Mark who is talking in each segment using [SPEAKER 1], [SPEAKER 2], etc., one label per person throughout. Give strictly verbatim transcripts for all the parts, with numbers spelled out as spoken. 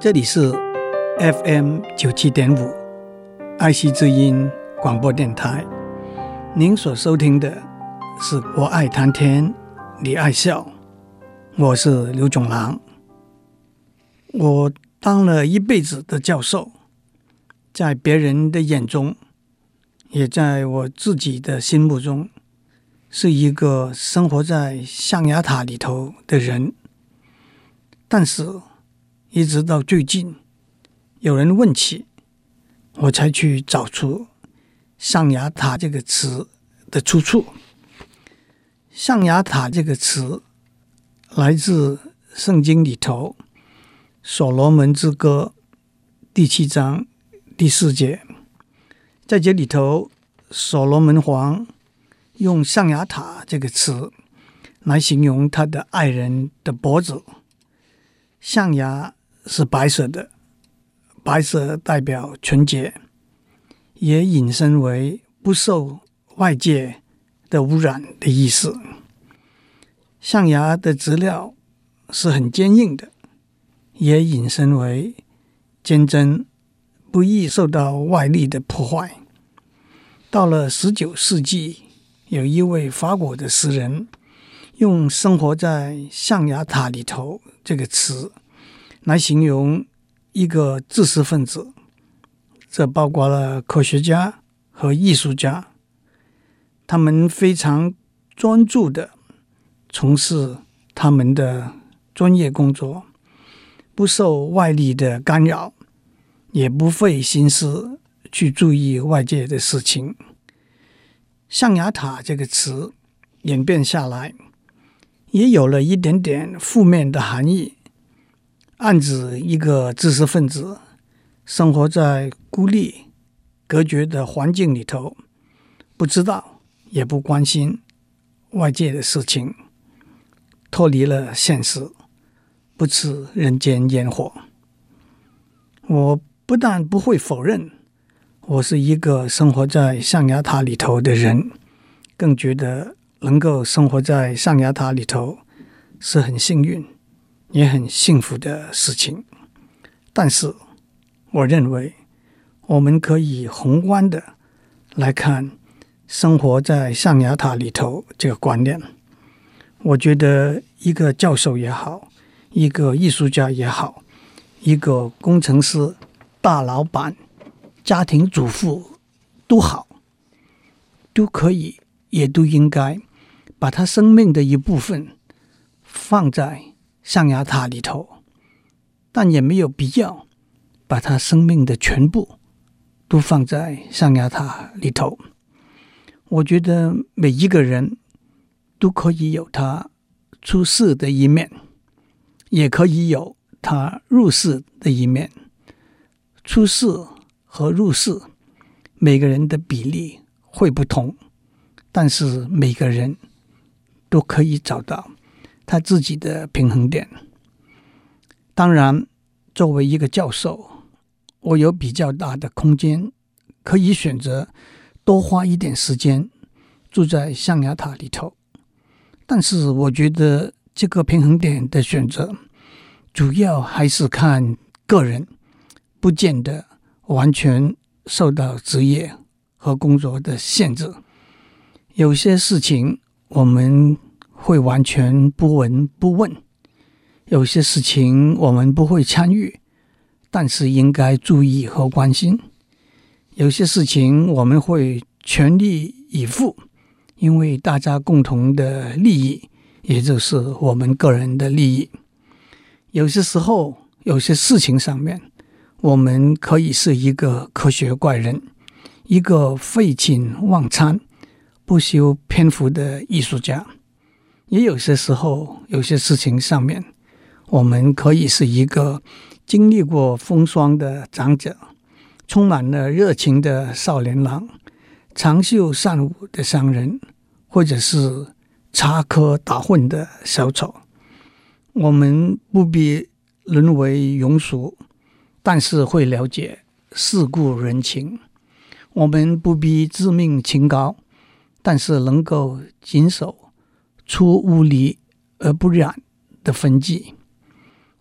[SPEAKER 1] 这里是 F M 九七点五爱惜之音广播电台，您所收听的是我爱谈天你爱笑，我是刘炯郎。我当了一辈子的教授，在别人的眼中，也在我自己的心目中，是一个生活在象牙塔里头的人。但是一直到最近有人问起，我才去找出象牙塔这个词的出处。象牙塔这个词来自圣经里头所罗门之歌第七章第四节，在这里头所罗门王用象牙塔这个词来形容他的爱人的脖子。象牙是白色的，白色代表纯洁，也引申为不受外界的污染的意思。象牙的质料是很坚硬的，也引申为坚贞，不易受到外力的破坏。到了十九世纪，有一位法国的诗人用生活在象牙塔里头这个词来形容一个知识分子，这包括了科学家和艺术家，他们非常专注地从事他们的专业工作，不受外力的干扰，也不费心思去注意外界的事情。象牙塔这个词演变下来，也有了一点点负面的含义，暗指一个知识分子生活在孤立隔绝的环境里头，不知道也不关心外界的事情，脱离了现实，不吃人间烟火。我不但不会否认我是一个生活在象牙塔里头的人，更觉得能够生活在象牙塔里头是很幸运也很幸福的事情。但是我认为我们可以宏观的来看生活在象牙塔里头这个观念。我觉得一个教授也好，一个艺术家也好，一个工程师、大老板、家庭主妇都好，都可以也都应该把他生命的一部分放在象牙塔里头，但也没有必要把他生命的全部都放在象牙塔里头。我觉得每一个人都可以有他出世的一面，也可以有他入世的一面。出世和入世每个人的比例会不同，但是每个人都可以找到他自己的平衡点。当然，作为一个教授，我有比较大的空间，可以选择多花一点时间住在象牙塔里头。但是我觉得这个平衡点的选择主要还是看个人，不见得完全受到职业和工作的限制。有些事情我们会完全不闻不问，有些事情我们不会参与，但是应该注意和关心。有些事情我们会全力以赴，因为大家共同的利益，也就是我们个人的利益。有些时候，有些事情上面，我们可以是一个科学怪人，一个废寝忘餐、不修篇幅的艺术家。也有些时候，有些事情上面，我们可以是一个经历过风霜的长者，充满了热情的少年郎，长袖善舞的商人，或者是插科打诨的小丑。我们不必沦为庸俗，但是会了解世故人情。我们不必自命清高，但是能够谨守出污泥而不染的分际。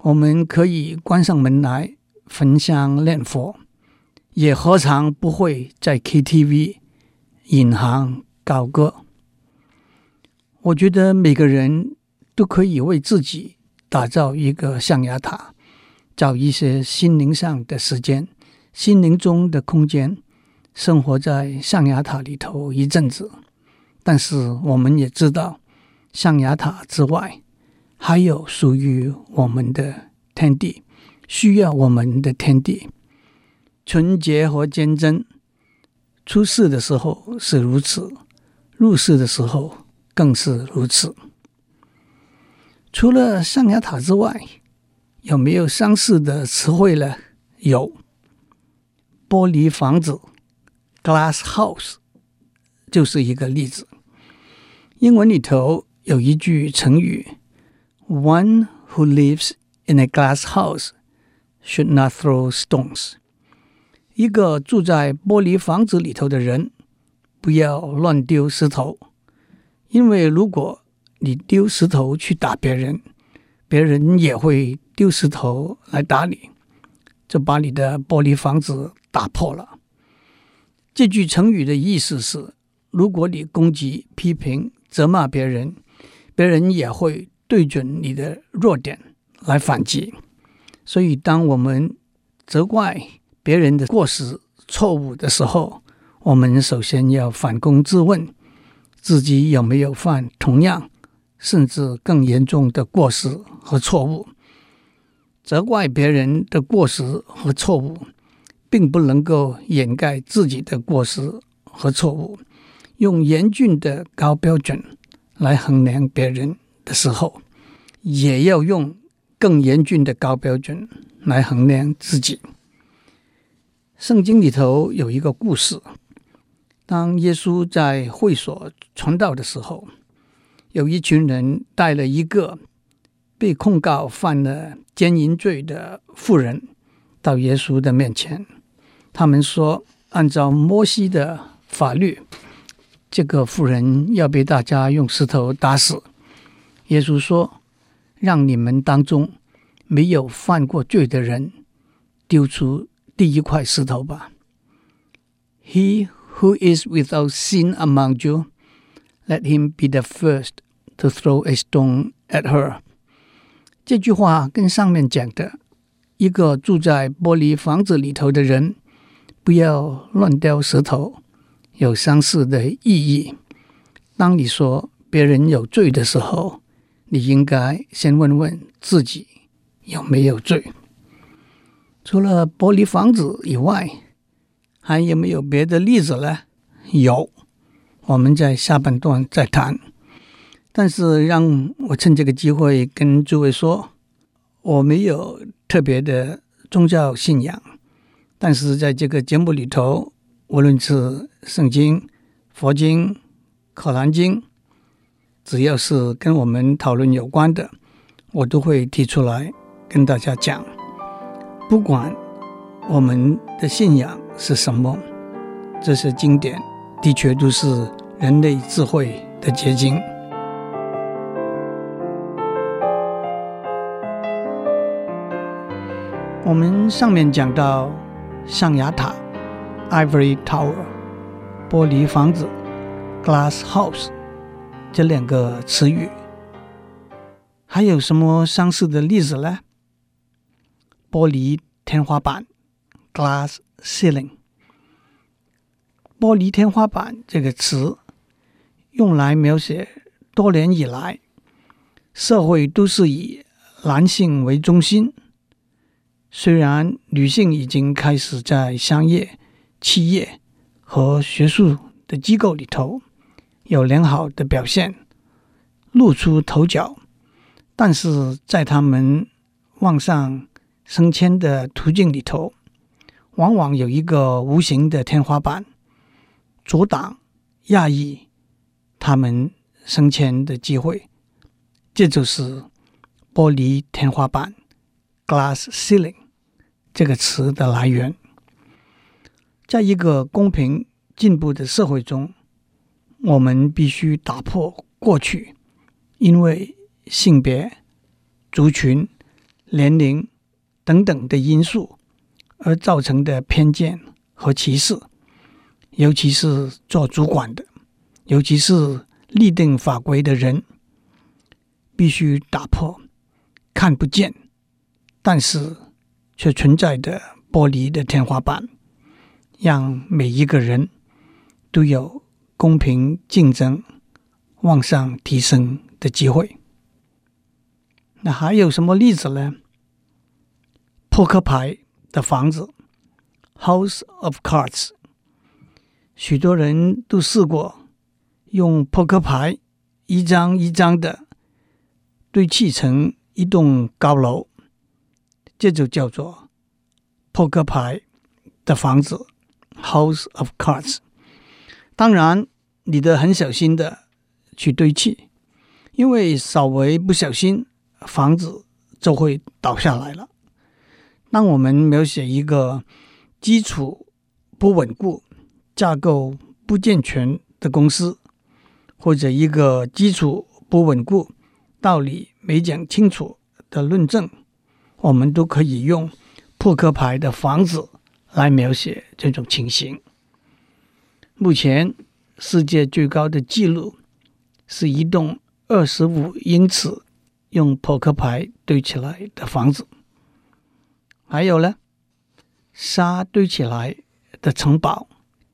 [SPEAKER 1] 我们可以关上门来焚香念佛，也何尝不会在 K T V 引吭高歌。我觉得每个人都可以为自己打造一个象牙塔，找一些心灵上的时间，心灵中的空间，生活在象牙塔里头一阵子。但是我们也知道，象牙塔之外还有属于我们的天地，需要我们的天地。纯洁和坚贞，出世的时候是如此，入世的时候更是如此。除了象牙塔之外，有没有相似的词汇呢？有，玻璃房子 glass house 就是一个例子。英文里头有一句成语 One who lives in a glass house should not throw stones。 一个住在玻璃房子里头的人不要乱丢石头，因为如果你丢石头去打别人，别人也会丢石头来打你，就把你的玻璃房子打破了。这句成语的意思是，如果你攻击、批评、责骂别人，别人也会对准你的弱点来反击。所以当我们责怪别人的过失、错误的时候，我们首先要反躬自问，自己有没有犯同样甚至更严重的过失和错误。责怪别人的过失和错误，并不能够掩盖自己的过失和错误。用严峻的高标准来衡量别人的时候，也要用更严峻的高标准来衡量自己。圣经里头有一个故事，当耶稣在会所传道的时候，有一群人带了一个被控告犯了奸淫罪的妇人到耶稣的面前。他们说，按照摩西的法律，这个妇人要被大家用石头打死。耶稣说，让你们当中没有犯过罪的人丢出第一块石头吧。 He who is without sin among you, let him be the first to throw a stone at her。 这句话跟上面讲的一个住在玻璃房子里头的人不要乱丢石头有相似的意义。当你说别人有罪的时候，你应该先问问自己有没有罪。除了玻璃房子以外，还有没有别的例子呢？有，我们在下半段再谈。但是让我趁这个机会跟诸位说，我没有特别的宗教信仰，但是在这个节目里头，无论是圣经、佛经、可兰经，只要是跟我们讨论有关的，我都会提出来跟大家讲。不管我们的信仰是什么，这些经典的确都是人类智慧的结晶。我们上面讲到象牙塔 Ivory Tower、 玻璃房子 Glass House 这两个词语，还有什么相似的例子呢？玻璃天花板 Glass Ceiling。 玻璃天花板这个词用来描写多年以来社会都是以男性为中心，虽然女性已经开始在商业、企业和学术的机构里头有良好的表现，露出头角，但是在他们往上升迁的途径里头，往往有一个无形的天花板，阻挡、压抑他们升迁的机会。这就是玻璃天花板 Glass Ceiling 这个词的来源。在一个公平进步的社会中，我们必须打破过去因为性别、族群、 年龄等等的因素而造成的偏见和歧视，尤其是做主管的，尤其是立定法规的人，必须打破看不见但是却存在的玻璃的天花板，让每一个人都有公平竞争、往上提升的机会。那还有什么例子呢？扑克牌的房子 House of Cards， 许多人都试过用扑克牌一张一张的堆砌成一栋高楼，这就叫做扑克牌的房子 House of Cards。 当然你得很小心的去堆砌，因为稍微不小心房子就会倒下来了。当我们描写一个基础不稳固、架构不健全的公司，或者一个基础不稳固、道理没讲清楚的论证，我们都可以用扑克牌的房子来描写这种情形。目前世界最高的纪录是一栋二十五英尺用扑克牌堆起来的房子。还有呢，沙堆起来的城堡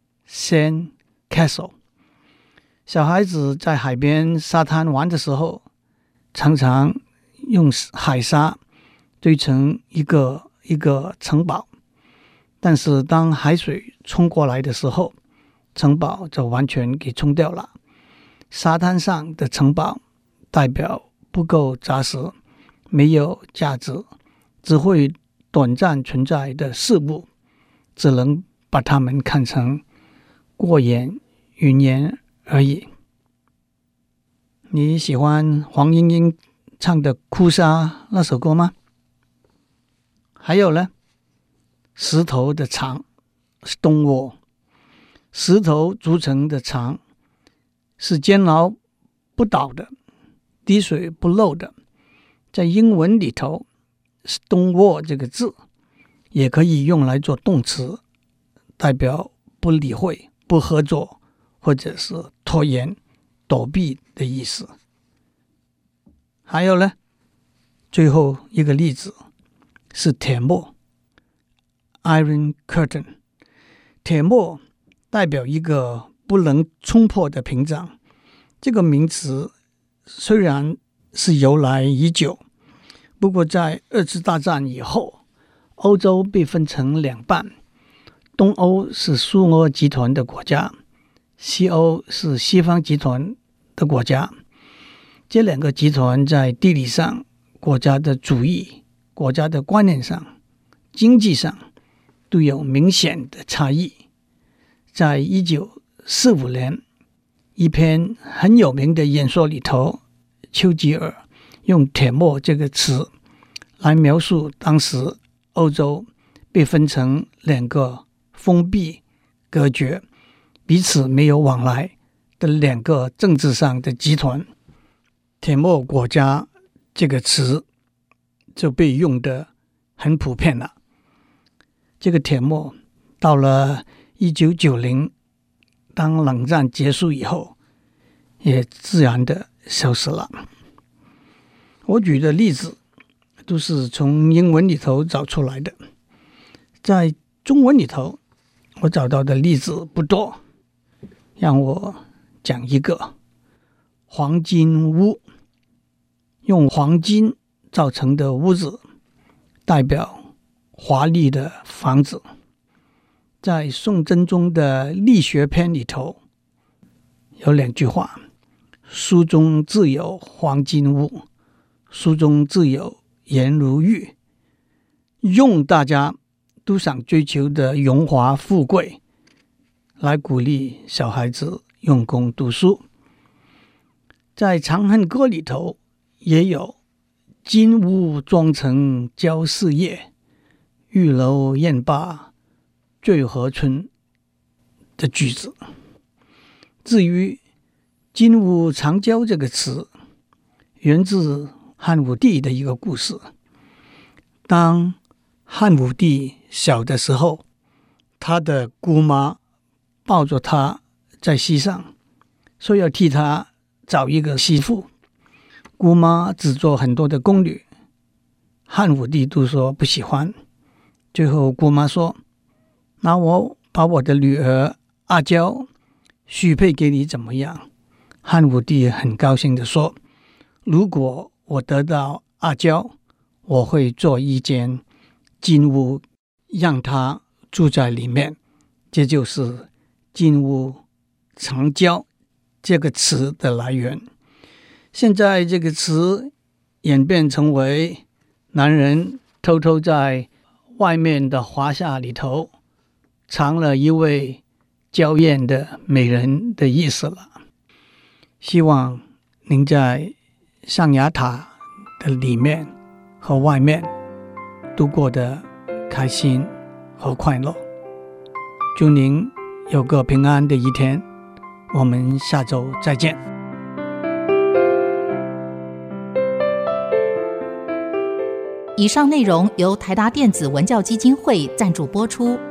[SPEAKER 1] Sand Castle。 小孩子在海边沙滩玩的时候，常常用海沙堆成一个一个城堡，但是当海水冲过来的时候，城堡就完全给冲掉了。沙滩上的城堡代表不够扎实，没有价值，只会短暂存在的事物，只能把它们看成过眼云烟而已。你喜欢黄莺莺唱的《哭砂》那首歌吗？还有呢，石头的墙 Stone Wall， 石头组成的墙是坚牢不倒的，滴水不漏的。在英文里头 Stone Wall 这个字也可以用来做动词，代表不理会、不合作或者是拖延、躲避的意思。还有呢，最后一个例子是铁幕 Iron Curtain。 铁幕代表一个不能冲破的屏障。这个名词虽然是由来已久，不过在二次大战以后，欧洲被分成两半，东欧是苏俄集团的国家，西欧是西方集团的国家。这两个集团在地理上、国家的主义、国家的观念上、经济上都有明显的差异。在一九四五年一篇很有名的演说里头，丘吉尔用铁幕这个词来描述当时欧洲被分成两个封闭、隔绝、彼此没有往来的两个政治上的集团。铁幕国家这个词就被用得很普遍了。这个铁幕到了一九九零，当冷战结束以后，也自然的消失了。我举的例子都是从英文里头找出来的，在中文里头我找到的例子不多，让我讲一个黄金屋。用黄金造成的屋子代表华丽的房子。在宋真宗的力学篇里头有两句话：书中自有黄金屋，书中自有颜如玉。用大家都想追求的荣华富贵来鼓励小孩子用功读书。在《长恨歌》里头也有金屋妆成娇侍夜，玉楼宴罢醉和春的句子。至于金屋藏娇这个词，源自汉武帝的一个故事。 当汉武帝小的时候，他的姑妈抱着他在溪上，说要替他找一个媳妇。姑妈只做很多的宫女，汉武帝都说不喜欢。最后姑妈说，那我把我的女儿阿娇许配给你怎么样？汉武帝很高兴地说，如果我得到阿娇，我会做一间金屋，让她住在里面。这就是金屋藏娇这个词的来源。现在这个词演变成为男人偷偷在外面的华夏里头藏了一位娇艳的美人的意思了。希望您在象牙塔的里面和外面度过的开心和快乐。祝您有个平安的一天，我们下周再见。
[SPEAKER 2] 以上内容由台达电子文教基金会赞助播出。